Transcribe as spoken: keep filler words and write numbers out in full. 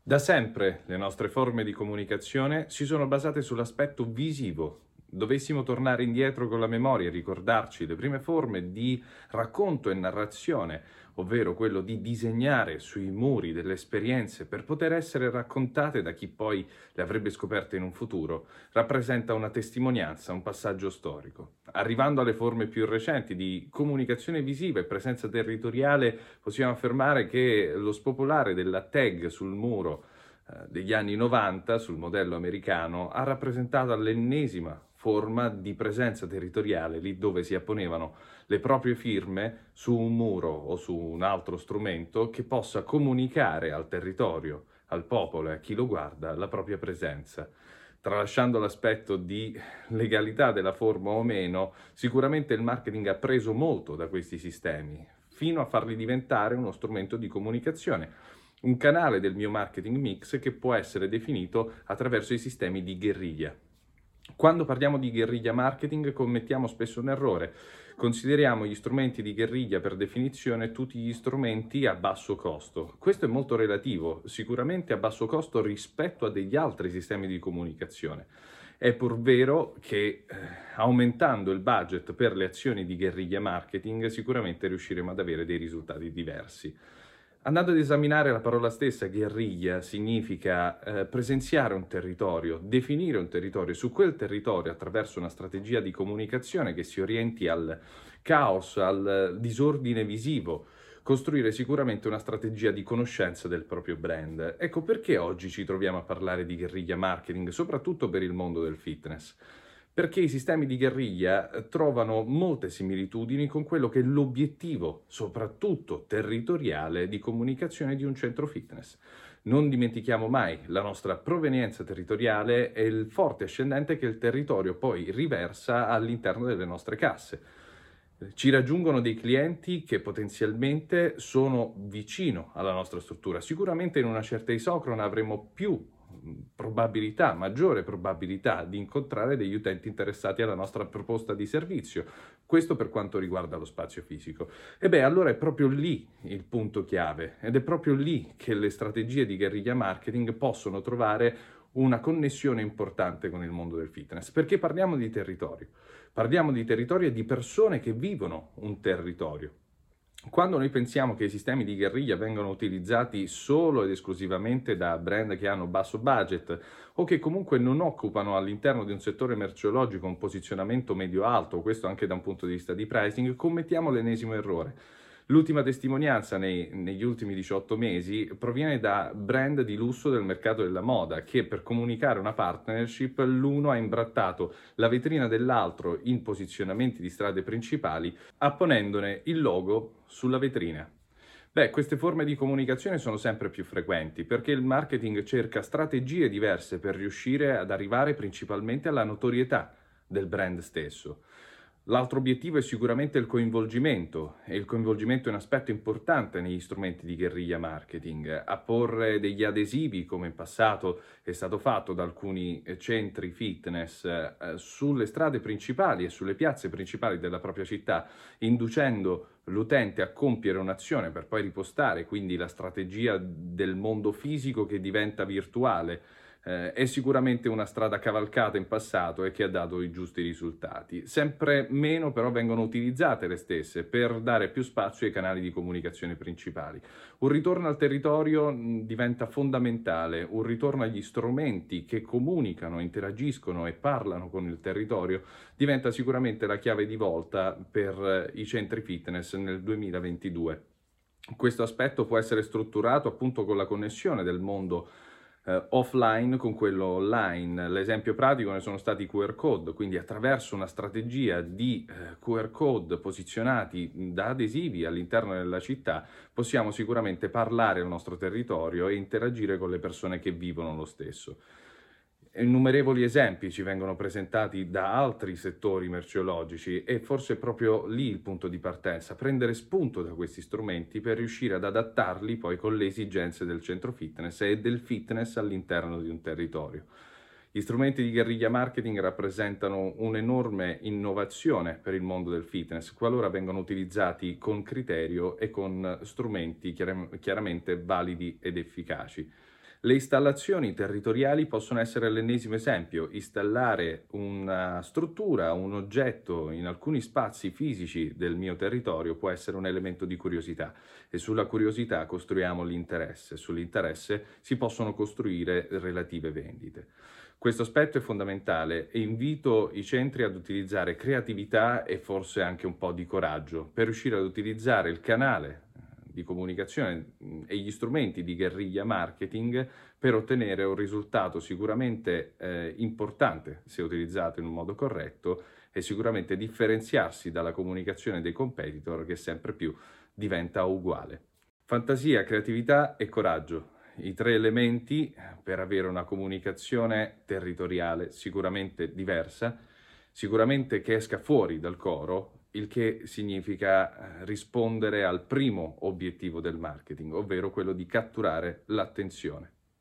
Da sempre le nostre forme di comunicazione si sono basate sull'aspetto visivo. Dovessimo tornare indietro con la memoria e ricordarci le prime forme di racconto e narrazione, ovvero quello di disegnare sui muri delle esperienze per poter essere raccontate da chi poi le avrebbe scoperte in un futuro, rappresenta una testimonianza, un passaggio storico. Arrivando alle forme più recenti di comunicazione visiva e presenza territoriale, possiamo affermare che lo spopolare della tag sul muro eh, degli anni novanta, sul modello americano, ha rappresentato l'ennesima forma di presenza territoriale, lì dove si apponevano le proprie firme su un muro o su un altro strumento che possa comunicare al territorio, al popolo e a chi lo guarda la propria presenza. Tralasciando l'aspetto di legalità della forma o meno, sicuramente il marketing ha preso molto da questi sistemi, fino a farli diventare uno strumento di comunicazione, un canale del mio marketing mix che può essere definito attraverso i sistemi di guerriglia. Quando parliamo di guerriglia marketing commettiamo spesso un errore. Consideriamo gli strumenti di guerriglia per definizione tutti gli strumenti a basso costo. Questo è molto relativo, sicuramente a basso costo rispetto a degli altri sistemi di comunicazione. È pur vero che eh, aumentando il budget per le azioni di guerriglia marketing sicuramente riusciremo ad avere dei risultati diversi. Andando ad esaminare la parola stessa, guerriglia significa eh, presenziare un territorio, definire un territorio, su quel territorio attraverso una strategia di comunicazione che si orienti al caos, al disordine visivo, costruire sicuramente una strategia di conoscenza del proprio brand. Ecco perché oggi ci troviamo a parlare di guerriglia marketing, soprattutto per il mondo del fitness. Perché i sistemi di guerriglia trovano molte similitudini con quello che è l'obiettivo, soprattutto territoriale, di comunicazione di un centro fitness. Non dimentichiamo mai la nostra provenienza territoriale e il forte ascendente che il territorio poi riversa all'interno delle nostre casse. Ci raggiungono dei clienti che potenzialmente sono vicino alla nostra struttura. Sicuramente in una certa isocrona avremo più probabilità, maggiore probabilità di incontrare degli utenti interessati alla nostra proposta di servizio. Questo per quanto riguarda lo spazio fisico. E beh, allora è proprio lì il punto chiave ed è proprio lì che le strategie di guerriglia marketing possono trovare una connessione importante con il mondo del fitness. Perché parliamo di territorio? Parliamo di territorio e di persone che vivono un territorio. Quando noi pensiamo che i sistemi di guerriglia vengono utilizzati solo ed esclusivamente da brand che hanno basso budget o che comunque non occupano all'interno di un settore merceologico un posizionamento medio-alto, questo anche da un punto di vista di pricing, commettiamo l'ennesimo errore. L'ultima testimonianza nei, negli ultimi diciotto mesi proviene da brand di lusso del mercato della moda che per comunicare una partnership l'uno ha imbrattato la vetrina dell'altro in posizionamenti di strade principali apponendone il logo sulla vetrina. Beh, queste forme di comunicazione sono sempre più frequenti perché il marketing cerca strategie diverse per riuscire ad arrivare principalmente alla notorietà del brand stesso. L'altro obiettivo è sicuramente il coinvolgimento e il coinvolgimento è un aspetto importante negli strumenti di guerriglia marketing. Apporre degli adesivi, come in passato è stato fatto da alcuni centri fitness, eh, sulle strade principali e sulle piazze principali della propria città, inducendo l'utente a compiere un'azione per poi ripostare, quindi la strategia del mondo fisico che diventa virtuale. Eh, è sicuramente una strada cavalcata in passato e che ha dato i giusti risultati. Sempre meno però vengono utilizzate le stesse per dare più spazio ai canali di comunicazione principali. Un ritorno al territorio mh, diventa fondamentale, un ritorno agli strumenti che comunicano, interagiscono e parlano con il territorio diventa sicuramente la chiave di volta per eh, i centri fitness nel duemilaventidue. Questo aspetto può essere strutturato appunto con la connessione del mondo Uh, offline con quello online. L'esempio pratico ne sono stati i Q R code, quindi attraverso una strategia di uh, Q R code posizionati da adesivi all'interno della città possiamo sicuramente parlare al nostro territorio e interagire con le persone che vivono lo stesso. Innumerevoli esempi ci vengono presentati da altri settori merceologici e forse è proprio lì il punto di partenza, prendere spunto da questi strumenti per riuscire ad adattarli poi con le esigenze del centro fitness e del fitness all'interno di un territorio. Gli strumenti di guerriglia marketing rappresentano un'enorme innovazione per il mondo del fitness, qualora vengono utilizzati con criterio e con strumenti chiaramente validi ed efficaci. Le installazioni territoriali possono essere l'ennesimo esempio. Installare una struttura, un oggetto in alcuni spazi fisici del mio territorio può essere un elemento di curiosità e sulla curiosità costruiamo l'interesse. Sull'interesse si possono costruire relative vendite. Questo aspetto è fondamentale e invito i centri ad utilizzare creatività e forse anche un po' di coraggio per riuscire ad utilizzare il canale di comunicazione e gli strumenti di guerriglia marketing per ottenere un risultato sicuramente eh, importante se utilizzato in un modo corretto e sicuramente differenziarsi dalla comunicazione dei competitor che sempre più diventa uguale. Fantasia, creatività e coraggio. I tre elementi per avere una comunicazione territoriale sicuramente diversa, sicuramente che esca fuori dal coro, il che significa rispondere al primo obiettivo del marketing, ovvero quello di catturare l'attenzione.